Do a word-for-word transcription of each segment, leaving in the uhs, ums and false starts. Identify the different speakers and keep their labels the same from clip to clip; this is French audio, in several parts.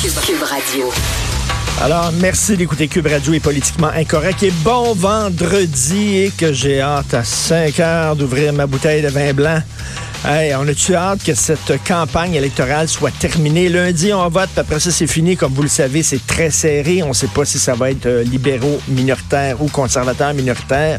Speaker 1: Cube Radio.
Speaker 2: Alors, merci d'écouter Cube Radio et Politiquement Incorrect. Et bon vendredi, et que j'ai hâte à cinq heures d'ouvrir ma bouteille de vin blanc. Hey, on a-tu hâte que cette campagne électorale soit terminée? Lundi, on vote, puis après ça, c'est fini. Comme vous le savez, c'est très serré. On ne sait pas si ça va être euh, libéraux minoritaires ou conservateurs minoritaires.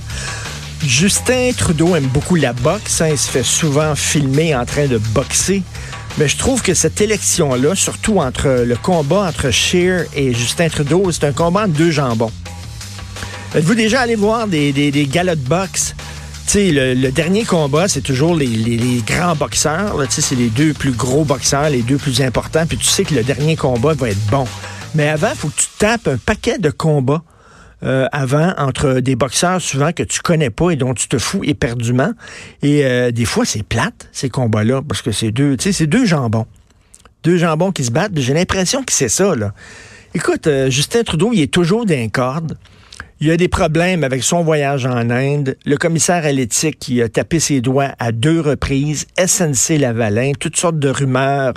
Speaker 2: Justin Trudeau aime beaucoup la boxe. Hein, il se fait souvent filmer en train de boxer. Mais je trouve que cette élection-là, surtout entre le combat entre Scheer et Justin Trudeau, c'est un combat entre deux jambons. Êtes-vous déjà allé voir des, des, des galas de boxe? Tu sais, le, le dernier combat, c'est toujours les, les, les grands boxeurs. Tu sais, c'est les deux plus gros boxeurs, les deux plus importants. Puis tu sais que le dernier combat va être bon. Mais avant, il faut que tu tapes un paquet de combats euh, avant entre des boxeurs souvent que tu connais pas et dont tu te fous éperdument. Et euh, des fois, c'est plate, ces combats-là, parce que c'est deux, tu sais, c'est deux jambons. Deux jambons qui se battent. J'ai l'impression que c'est ça, là. Écoute, euh, Justin Trudeau, il est toujours d'un corde. Il y a des problèmes avec son voyage en Inde. Le commissaire à l'éthique qui a tapé ses doigts à deux reprises. S N C-Lavalin, toutes sortes de rumeurs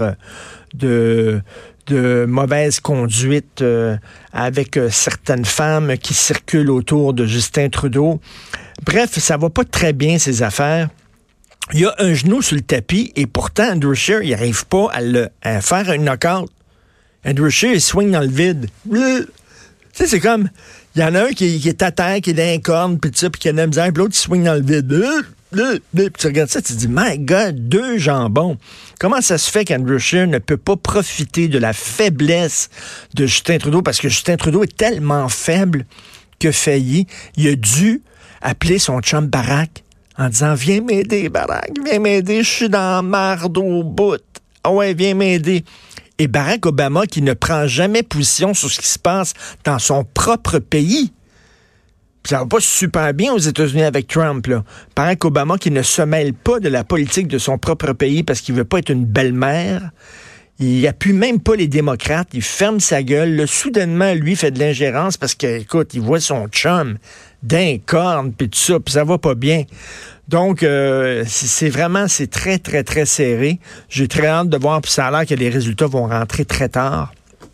Speaker 2: de, de mauvaise conduite euh, avec euh, certaines femmes qui circulent autour de Justin Trudeau. Bref, ça va pas très bien, ces affaires. Il y a un genou sur le tapis et pourtant, Andrew Scheer, il n'arrive pas à, le, à faire un knock-out. Andrew Scheer, il swing dans le vide. Tu sais, c'est comme... Il y en a un qui, qui est à terre, qui est dans un corne, puis ça, puis qui a de la misère, puis l'autre, il swing dans le vide. Puis tu regardes ça, tu te dis, my God, deux jambons. Comment ça se fait qu'Andrew Scheer ne peut pas profiter de la faiblesse de Justin Trudeau? Parce que Justin Trudeau est tellement faible que failli. Il a dû appeler son chum Barack en disant, viens m'aider, Barack, viens m'aider, je suis dans la marde au bout. Ah ouais, viens m'aider. Et Barack Obama, qui ne prend jamais position sur ce qui se passe dans son propre pays. Puis ça va pas super bien aux États-Unis avec Trump, là. Barack Obama, qui ne se mêle pas de la politique de son propre pays parce qu'il veut pas être une belle-mère. Il appuie même pas les démocrates. Il ferme sa gueule. Là, soudainement, lui, fait de l'ingérence parce que, écoute, il voit son chum d'un corne, puis tout ça, puis ça va pas bien. Donc, euh, c'est vraiment, c'est très, très, très serré. J'ai très hâte de voir, puis ça a l'air que les résultats vont rentrer très tard.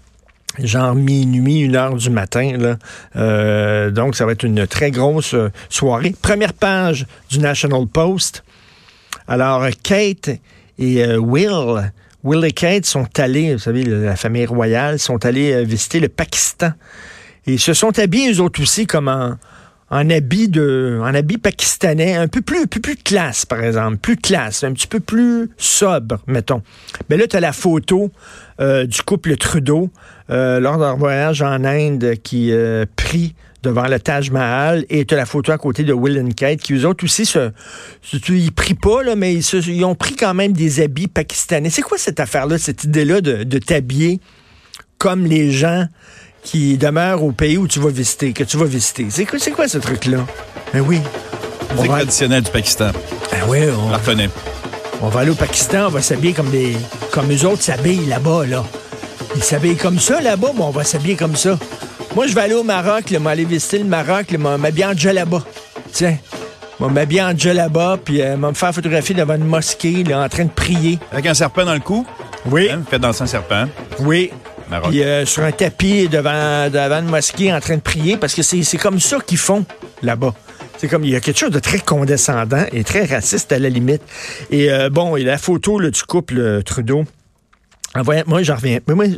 Speaker 2: Genre minuit, une heure du matin, là. Euh, donc, ça va être une très grosse euh, soirée. Première page du National Post. Alors, Kate et euh, Will, Will et Kate sont allés, vous savez, la famille royale, sont allés euh, visiter le Pakistan. Et ils se sont habillés, eux autres aussi, comme en... en habit de, en habit pakistanais, un peu plus, un peu plus classe, par exemple, plus classe, un petit peu plus sobre, mettons. Mais là, tu as la photo euh, du couple Trudeau euh, lors de leur voyage en Inde qui euh, prit devant le Taj Mahal, et tu as la photo à côté de Will and Kate, qui eux autres aussi, se, se, ils prient pas, là, mais ils, se, ils ont pris quand même des habits pakistanais. C'est quoi cette affaire-là, cette idée-là de, de t'habiller comme les gens qui demeure au pays où tu vas visiter, que tu vas visiter. C'est quoi, c'est quoi ce truc-là? Ben oui.
Speaker 3: Musique va... traditionnelle du Pakistan.
Speaker 2: Ben oui, on...
Speaker 3: on la reconnaît.
Speaker 2: On va aller au Pakistan, on va s'habiller comme des, comme eux autres s'habillent là-bas, là. Ils s'habillent comme ça là-bas, mais on va s'habiller comme ça. Moi, je vais aller au Maroc, là, m'aller visiter le Maroc, là, m'habiller en djellaba. Tiens. Je vais m'habiller en djellaba, puis euh, me faire photographier devant une mosquée, là, en train de prier.
Speaker 3: Avec un serpent dans le cou?
Speaker 2: Oui.
Speaker 3: Hein, fait danser un serpent.
Speaker 2: Oui.
Speaker 3: Maroc.
Speaker 2: Puis euh, sur un tapis devant, devant une mosquée en train de prier, parce que c'est, c'est comme ça qu'ils font là-bas. C'est comme, il y a quelque chose de très condescendant et très raciste à la limite. Et euh, bon, et la photo là, du couple euh, Trudeau, en voyant, moi j'en reviens. Mais moi,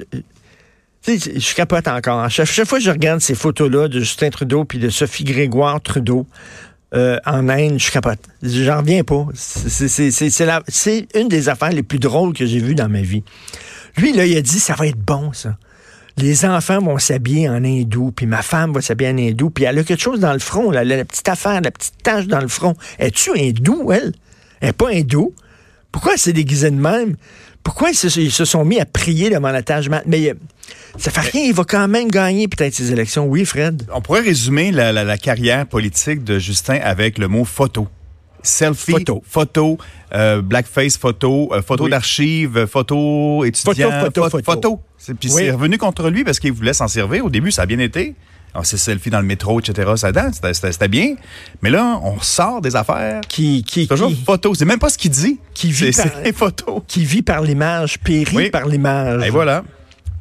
Speaker 2: tu sais, je capote encore. Chaque, chaque fois que je regarde ces photos-là de Justin Trudeau puis de Sophie Grégoire Trudeau euh, en Inde, je capote. J'en reviens pas. C'est, c'est, c'est, c'est, la, c'est une des affaires les plus drôles que j'ai vues dans ma vie. Lui, là, il a dit, ça va être bon, ça. Les enfants vont s'habiller en hindou, puis ma femme va s'habiller en hindou, puis elle a quelque chose dans le front, là, la, la petite affaire, la petite tache dans le front. Es-tu hindou, elle? Elle n'est pas hindoue. Pourquoi elle s'est déguisée de même? Pourquoi ils se, ils se sont mis à prier devant la Taj Mahal? Mais ça fait rien, il va quand même gagner peut-être ces élections. Oui, Fred?
Speaker 3: On pourrait résumer la, la, la carrière politique de Justin avec le mot photo. Selfie, photo, photo euh, blackface, photo, euh, photo oui. d'archives, photo étudiant,
Speaker 2: photo, photo, photo.
Speaker 3: photo. C'est, puis oui. c'est revenu contre lui parce qu'il voulait s'en servir. Au début, ça a bien été. On s'est selfie dans le métro, et cetera. Ça date, c'était, c'était, c'était bien. Mais là, on sort des affaires.
Speaker 2: Qui, qui,
Speaker 3: c'est toujours
Speaker 2: qui,
Speaker 3: photo. C'est même pas ce qu'il dit.
Speaker 2: Qui vit
Speaker 3: c'est,
Speaker 2: par,
Speaker 3: c'est les photos.
Speaker 2: Qui vit par l'image, périt oui. par l'image.
Speaker 3: Et voilà.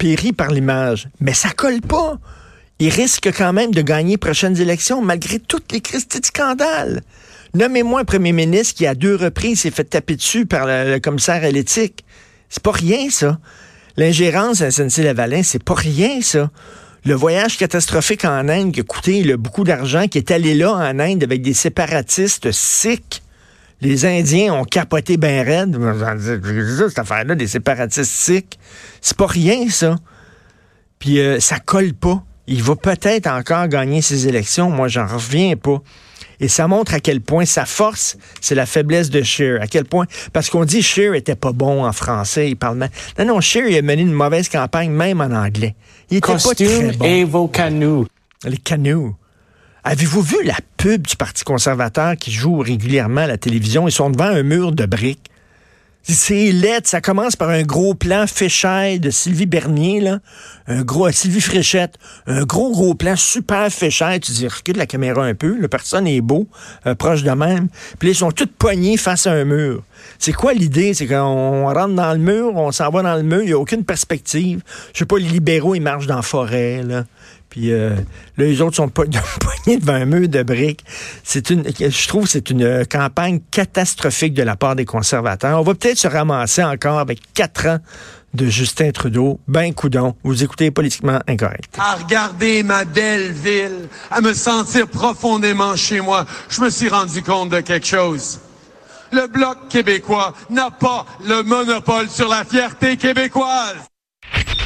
Speaker 2: périt par l'image. Mais ça colle pas. Il risque quand même de gagner les prochaines élections, malgré toutes les crises de scandales. Nommez-moi un premier ministre qui, à deux reprises, s'est fait taper dessus par le, le commissaire à l'éthique. C'est pas rien, ça. L'ingérence à S N C-Lavalin, c'est pas rien, ça. Le voyage catastrophique en Inde qui a coûté là, beaucoup d'argent, qui est allé là en Inde avec des séparatistes sikhs. Les Indiens ont capoté ben raide. C'est ça, cette affaire-là, des séparatistes sikhs. C'est pas rien, ça. Puis euh, ça colle pas. Il va peut-être encore gagner ses élections. Moi, j'en reviens pas. Et ça montre à quel point sa force, c'est la faiblesse de Scheer. À quel point, parce qu'on dit Scheer était pas bon en français, il parle mal. Non, non, Scheer, il a mené une mauvaise campagne, même en anglais. Il était
Speaker 1: Costume
Speaker 2: pas très bon.
Speaker 1: et vos canots.
Speaker 2: Les canots. Avez-vous vu la pub du Parti conservateur qui joue régulièrement à la télévision? Ils sont devant un mur de briques. C'est laid. Ça commence par un gros plan Féchette de Sylvie Bernier, là. Un gros, Sylvie Fréchette. Un gros, gros plan super Féchette. Tu dis, recule la caméra un peu. La personne est beau, euh, proche de même. Puis là, ils sont tous poignés face à un mur. C'est quoi l'idée? C'est qu'on rentre dans le mur, on s'en va dans le mur, il n'y a aucune perspective. Je sais pas, les libéraux, ils marchent dans la forêt, là. Puis euh, là, les autres sont po- poignés devant un mur de briques. C'est une, je trouve que c'est une campagne catastrophique de la part des conservateurs. On va peut-être se ramasser encore avec quatre ans de Justin Trudeau. Ben coudon, vous écoutez Politiquement Incorrect.
Speaker 4: À regarder ma belle ville, à me sentir profondément chez moi, je me suis rendu compte de quelque chose. Le Bloc québécois n'a pas le monopole sur la fierté québécoise.